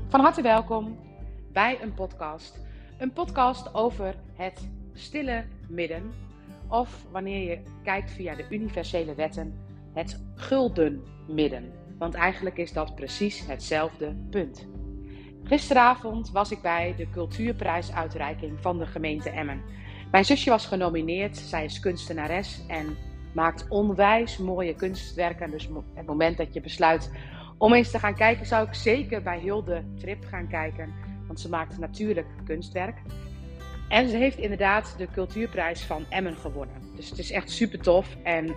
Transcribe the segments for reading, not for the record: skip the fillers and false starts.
Van harte welkom bij een podcast. Een podcast over het stille midden. Of wanneer je kijkt via de universele wetten, het gulden midden. Want eigenlijk is dat precies hetzelfde punt. Gisteravond was ik bij de cultuurprijsuitreiking van de gemeente Emmen. Mijn zusje was genomineerd, zij is kunstenares en maakt onwijs mooie kunstwerken. Dus het moment dat je besluit om eens te gaan kijken, zou ik zeker bij Hilde Trip gaan kijken. Want ze maakt natuurlijk kunstwerk. En ze heeft inderdaad de cultuurprijs van Emmen gewonnen. Dus het is echt super tof. En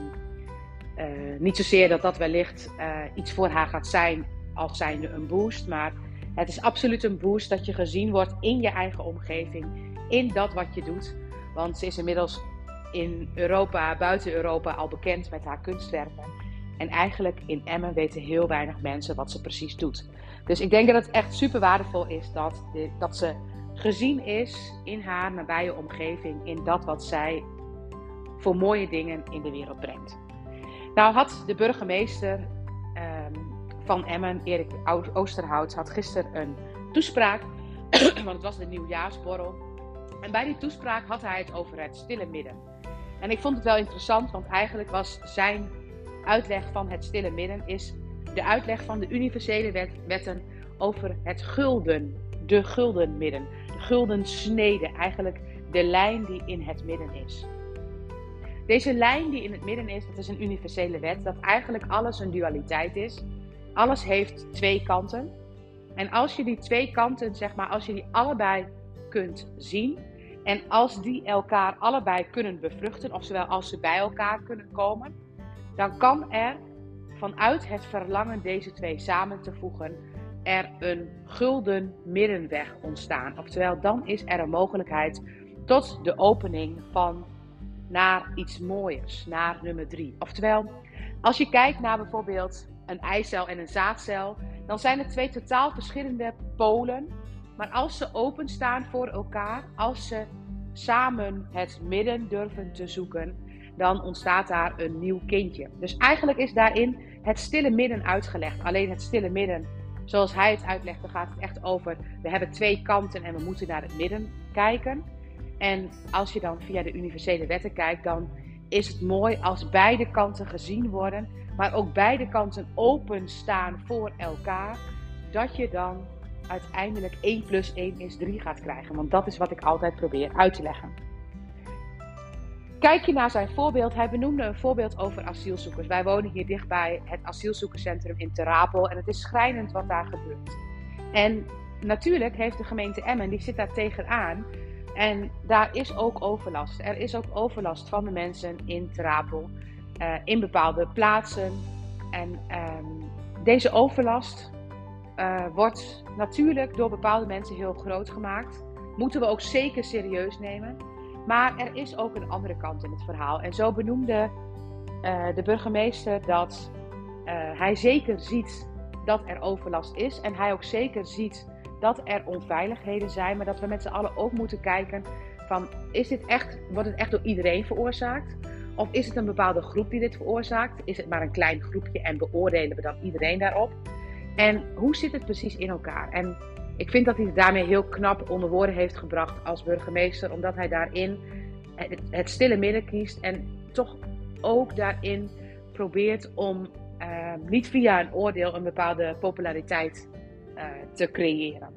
niet zozeer dat dat wellicht iets voor haar gaat zijn als zijnde een boost. Maar het is absoluut een boost dat je gezien wordt in je eigen omgeving. In dat wat je doet. Want ze is inmiddels in Europa, buiten Europa al bekend met haar kunstwerken. En eigenlijk in Emmen weten heel weinig mensen wat ze precies doet. Dus ik denk dat het echt super waardevol is dat ze gezien is in haar nabije omgeving. In dat wat zij voor mooie dingen in de wereld brengt. Nou had de burgemeester van Emmen, Erik Oosterhout, had gisteren een toespraak. Want het was de nieuwjaarsborrel. En bij die toespraak had hij het over het stille midden. En ik vond het wel interessant, want eigenlijk was zijn uitleg van het stille midden is de uitleg van de universele wetten over het gulden, de gulden midden, de gulden snede, eigenlijk de lijn die in het midden is. Deze lijn die in het midden is, dat is een universele wet, dat eigenlijk alles een dualiteit is. Alles heeft twee kanten. En als je die twee kanten, zeg maar, als je die allebei kunt zien en als die elkaar allebei kunnen bevruchten, oftewel als ze bij elkaar kunnen komen, dan kan er vanuit het verlangen deze twee samen te voegen er een gulden middenweg ontstaan. Oftewel, dan is er een mogelijkheid tot de opening van naar iets mooiers, naar nummer 3. Oftewel, als je kijkt naar bijvoorbeeld een eicel en een zaadcel, dan zijn het twee totaal verschillende polen. Maar als ze openstaan voor elkaar, als ze samen het midden durven te zoeken, dan ontstaat daar een nieuw kindje. Dus eigenlijk is daarin het stille midden uitgelegd. Alleen het stille midden, zoals hij het uitlegt, dan gaat het echt over, we hebben twee kanten en we moeten naar het midden kijken. En als je dan via de universele wetten kijkt, dan is het mooi als beide kanten gezien worden, maar ook beide kanten openstaan voor elkaar, dat je dan uiteindelijk 1 + 1 is 3 gaat krijgen. Want dat is wat ik altijd probeer uit te leggen. Kijk je naar zijn voorbeeld, hij benoemde een voorbeeld over asielzoekers. Wij wonen hier dichtbij het asielzoekerscentrum in Ter Apel en het is schrijnend wat daar gebeurt. En natuurlijk heeft de gemeente Emmen, die zit daar tegenaan en daar is ook overlast. Er is ook overlast van de mensen in Ter Apel, in bepaalde plaatsen. En deze overlast wordt natuurlijk door bepaalde mensen heel groot gemaakt. Moeten we ook zeker serieus nemen. Maar er is ook een andere kant in het verhaal. En zo benoemde de burgemeester dat hij zeker ziet dat er overlast is. En hij ook zeker ziet dat er onveiligheden zijn. Maar dat we met z'n allen ook moeten kijken van, wordt het echt door iedereen veroorzaakt? Of is het een bepaalde groep die dit veroorzaakt? Is het maar een klein groepje en beoordelen we dan iedereen daarop? En hoe zit het precies in elkaar? En ik vind dat hij het daarmee heel knap onder woorden heeft gebracht als burgemeester. Omdat hij daarin het stille midden kiest. En toch ook daarin probeert om niet via een oordeel een bepaalde populariteit te creëren.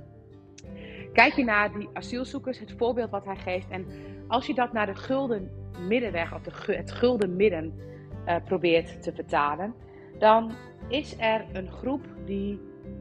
Kijk je naar die asielzoekers, het voorbeeld wat hij geeft. En als je dat naar de gulden middenweg of het gulden midden probeert te vertalen. Dan is er een groep die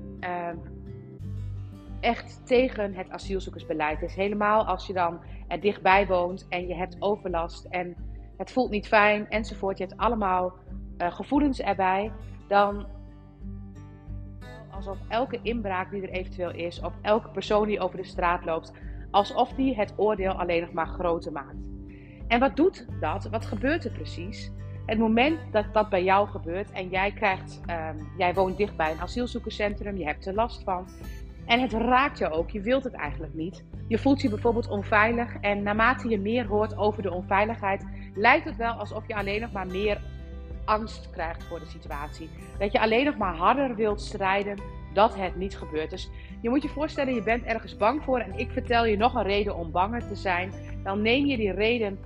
echt tegen het asielzoekersbeleid is. Helemaal als je dan er dichtbij woont en je hebt overlast en het voelt niet fijn enzovoort. Je hebt allemaal gevoelens erbij. Dan alsof elke inbraak die er eventueel is of elke persoon die over de straat loopt, alsof die het oordeel alleen nog maar groter maakt. En wat doet dat? Wat gebeurt er precies? Het moment dat dat bij jou gebeurt en jij woont dichtbij een asielzoekerscentrum, je hebt er last van. En het raakt je ook, je wilt het eigenlijk niet. Je voelt je bijvoorbeeld onveilig en naarmate je meer hoort over de onveiligheid, lijkt het wel alsof je alleen nog maar meer angst krijgt voor de situatie. Dat je alleen nog maar harder wilt strijden dat het niet gebeurt. Dus je moet je voorstellen, je bent ergens bang voor en ik vertel je nog een reden om banger te zijn. Dan neem je die reden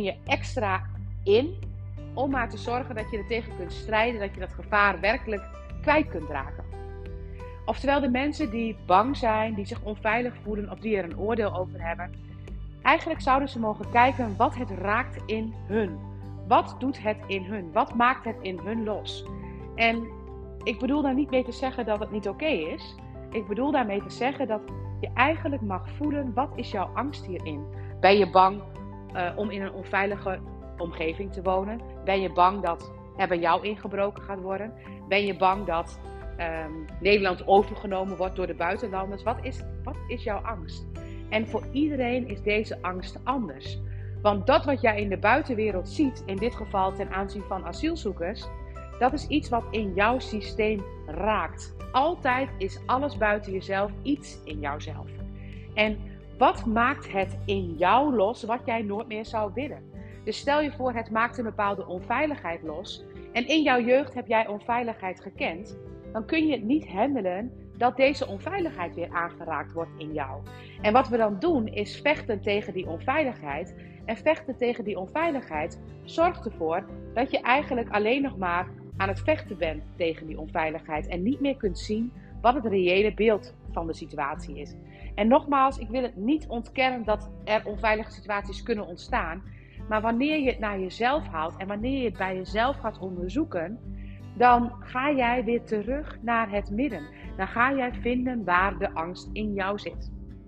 extra in om maar te zorgen dat je er tegen kunt strijden, dat je dat gevaar werkelijk kwijt kunt raken. Oftewel de mensen die bang zijn, die zich onveilig voelen of die er een oordeel over hebben. Eigenlijk zouden ze mogen kijken wat het raakt in hun. Wat doet het in hun? Wat maakt het in hun los? En ik bedoel daar niet mee te zeggen dat het niet oké is. Ik bedoel daarmee te zeggen dat je eigenlijk mag voelen, wat is jouw angst hierin? Ben je bang om in een onveilige omgeving te wonen? Ben je bang dat er bij jou ingebroken gaat worden? Ben je bang dat Nederland overgenomen wordt door de buitenlanders? Wat is jouw angst? En voor iedereen is deze angst anders. Want dat wat jij in de buitenwereld ziet, in dit geval ten aanzien van asielzoekers, dat is iets wat in jouw systeem raakt. Altijd is alles buiten jezelf iets in jouzelf. En wat maakt het in jou los wat jij nooit meer zou willen? Dus stel je voor, het maakt een bepaalde onveiligheid los. En in jouw jeugd heb jij onveiligheid gekend. Dan kun je het niet handelen dat deze onveiligheid weer aangeraakt wordt in jou. En wat we dan doen is vechten tegen die onveiligheid. En vechten tegen die onveiligheid zorgt ervoor dat je eigenlijk alleen nog maar aan het vechten bent tegen die onveiligheid. En niet meer kunt zien wat het reële beeld van de situatie is. En nogmaals, ik wil het niet ontkennen dat er onveilige situaties kunnen ontstaan. Maar wanneer je het naar jezelf haalt en wanneer je het bij jezelf gaat onderzoeken, dan ga jij weer terug naar het midden. Dan ga jij vinden waar de angst in jou zit.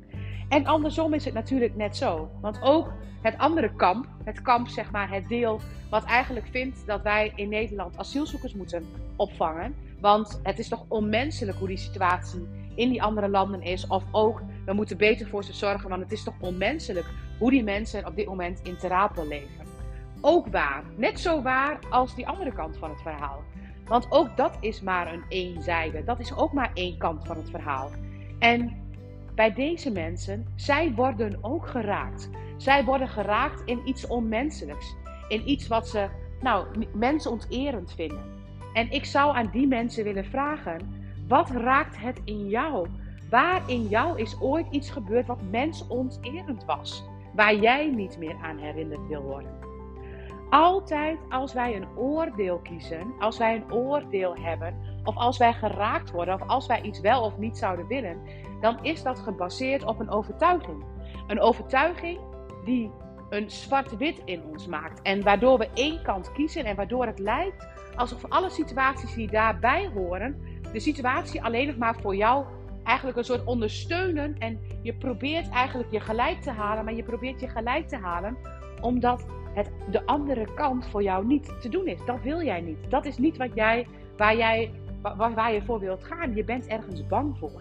En andersom is het natuurlijk net zo. Want ook het andere kamp, zeg maar het deel wat eigenlijk vindt dat wij in Nederland asielzoekers moeten opvangen. Want het is toch onmenselijk hoe die situatie in die andere landen is. Of ook, we moeten beter voor ze zorgen, want het is toch onmenselijk hoe die mensen op dit moment in Ter Apel leven. Ook waar, net zo waar als die andere kant van het verhaal. Want ook dat is maar een eenzijde, dat is ook maar één kant van het verhaal. En bij deze mensen, zij worden ook geraakt. Zij worden geraakt in iets onmenselijks. In iets wat ze mensonterend vinden. En ik zou aan die mensen willen vragen, wat raakt het in jou? Waar in jou is ooit iets gebeurd wat mensonterend was? Waar jij niet meer aan herinnerd wil worden. Altijd als wij een oordeel kiezen, als wij een oordeel hebben, of als wij geraakt worden, of als wij iets wel of niet zouden willen, dan is dat gebaseerd op een overtuiging. Een overtuiging die een zwart-wit in ons maakt. En waardoor we één kant kiezen en waardoor het lijkt alsof alle situaties die daarbij horen, de situatie alleen nog maar voor jou eigenlijk een soort ondersteunen. En je probeert eigenlijk je gelijk te halen, maar je probeert je gelijk te halen omdat het de andere kant voor jou niet te doen is. Dat wil jij niet. Dat is niet waar je voor wilt gaan. Je bent ergens bang voor.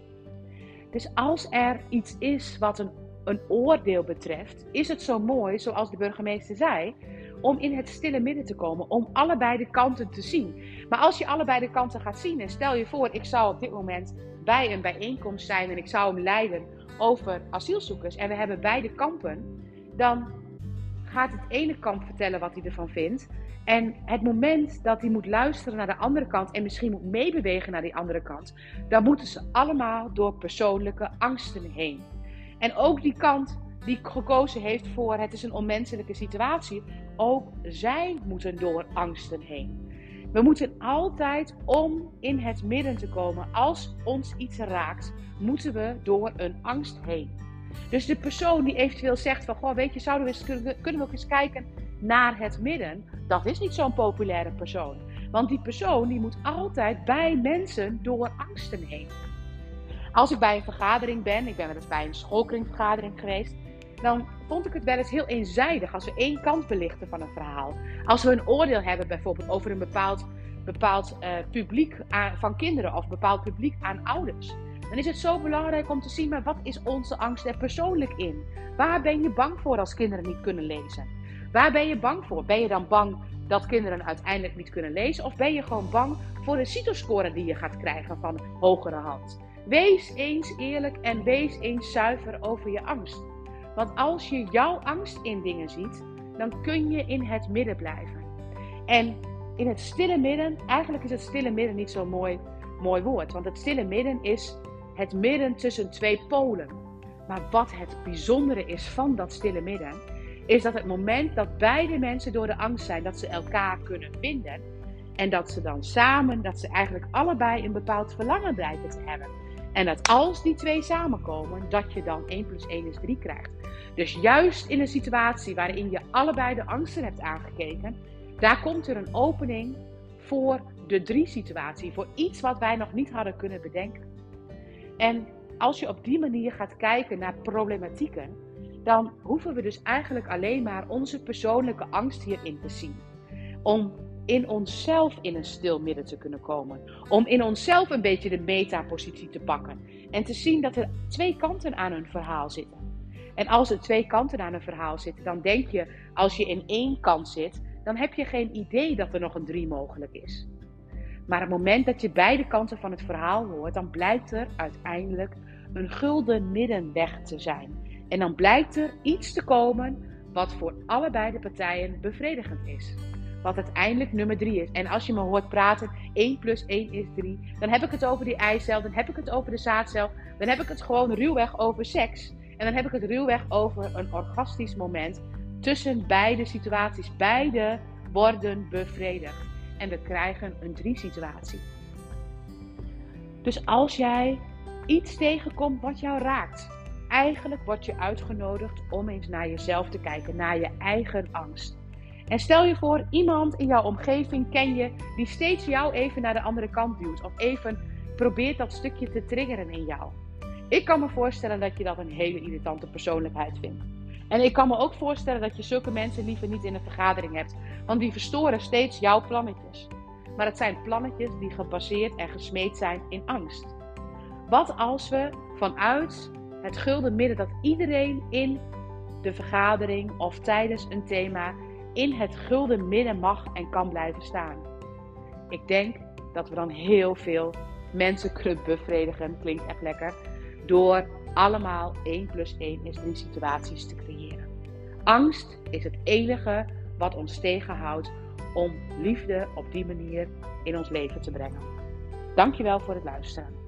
Dus als er iets is wat een oordeel betreft, is het zo mooi, zoals de burgemeester zei, om in het stille midden te komen, om allebei de kanten te zien. Maar als je allebei de kanten gaat zien, en stel je voor, ik zou op dit moment bij een bijeenkomst zijn en ik zou hem leiden over asielzoekers en we hebben beide kampen, dan gaat het ene kamp vertellen wat hij ervan vindt. En het moment dat hij moet luisteren naar de andere kant en misschien moet meebewegen naar die andere kant, dan moeten ze allemaal door persoonlijke angsten heen. En ook die kant die gekozen heeft voor het is een onmenselijke situatie, ook zij moeten door angsten heen. We moeten altijd, om in het midden te komen, als ons iets raakt, moeten we door een angst heen. Dus de persoon die eventueel zegt van, goh, weet je, kunnen we ook eens kijken naar het midden, dat is niet zo'n populaire persoon. Want die persoon die moet altijd bij mensen door angsten heen. Als ik bij een vergadering ben, ik ben wel eens bij een schoolkringvergadering geweest, dan vond ik het wel eens heel eenzijdig als we één kant belichten van een verhaal. Als we een oordeel hebben bijvoorbeeld over een bepaald publiek van kinderen of een bepaald publiek aan ouders. Dan is het zo belangrijk om te zien, maar wat is onze angst er persoonlijk in? Waar ben je bang voor als kinderen niet kunnen lezen? Waar ben je bang voor? Ben je dan bang dat kinderen uiteindelijk niet kunnen lezen? Of ben je gewoon bang voor de CITO-score die je gaat krijgen van hogere hand? Wees eens eerlijk en wees eens zuiver over je angst. Want als je jouw angst in dingen ziet, dan kun je in het midden blijven. En in het stille midden, eigenlijk is het stille midden niet zo mooi, mooi woord. Want het stille midden is het midden tussen twee polen. Maar wat het bijzondere is van dat stille midden, is dat het moment dat beide mensen door de angst zijn, dat ze elkaar kunnen vinden. En dat ze dan samen, dat ze eigenlijk allebei een bepaald verlangen blijken te hebben. En dat als die twee samenkomen, dat je dan 1 + 1 = 3 krijgt. Dus juist in een situatie waarin je allebei de angsten hebt aangekeken, daar komt er een opening voor de 3-situatie. Voor iets wat wij nog niet hadden kunnen bedenken. En als je op die manier gaat kijken naar problematieken, dan hoeven we dus eigenlijk alleen maar onze persoonlijke angst hierin te zien. Om in onszelf in een stil midden te kunnen komen. Om in onszelf een beetje de metapositie te pakken. En te zien dat er 2 kanten aan een verhaal zitten. En als er 2 kanten aan een verhaal zitten, dan denk je, als je in 1 kant zit, dan heb je geen idee dat er nog een 3 mogelijk is. Maar op het moment dat je beide kanten van het verhaal hoort, dan blijkt er uiteindelijk een gulden middenweg te zijn. En dan blijkt er iets te komen wat voor allebei de partijen bevredigend is. Wat uiteindelijk nummer 3 is. En als je me hoort praten, 1 + 1 = 3, dan heb ik het over die eicel, dan heb ik het over de zaadcel, dan heb ik het gewoon ruwweg over seks. En dan heb ik het ruwweg over een orgastisch moment tussen beide situaties. Beide worden bevredigd. En we krijgen een 3-situatie. Dus als jij iets tegenkomt wat jou raakt, eigenlijk word je uitgenodigd om eens naar jezelf te kijken, naar je eigen angst. En stel je voor, iemand in jouw omgeving ken je, die steeds jou even naar de andere kant duwt. Of even probeert dat stukje te triggeren in jou. Ik kan me voorstellen dat je dat een hele irritante persoonlijkheid vindt. En ik kan me ook voorstellen dat je zulke mensen liever niet in een vergadering hebt. Want die verstoren steeds jouw plannetjes. Maar het zijn plannetjes die gebaseerd en gesmeed zijn in angst. Wat als we vanuit het gulden midden, dat iedereen in de vergadering of tijdens een thema in het gulden midden mag en kan blijven staan. Ik denk dat we dan heel veel mensen kunnen bevredigen, klinkt echt lekker, door allemaal 1 + 1 = 3 situaties te creëren. Angst is het enige wat ons tegenhoudt om liefde op die manier in ons leven te brengen. Dankjewel voor het luisteren.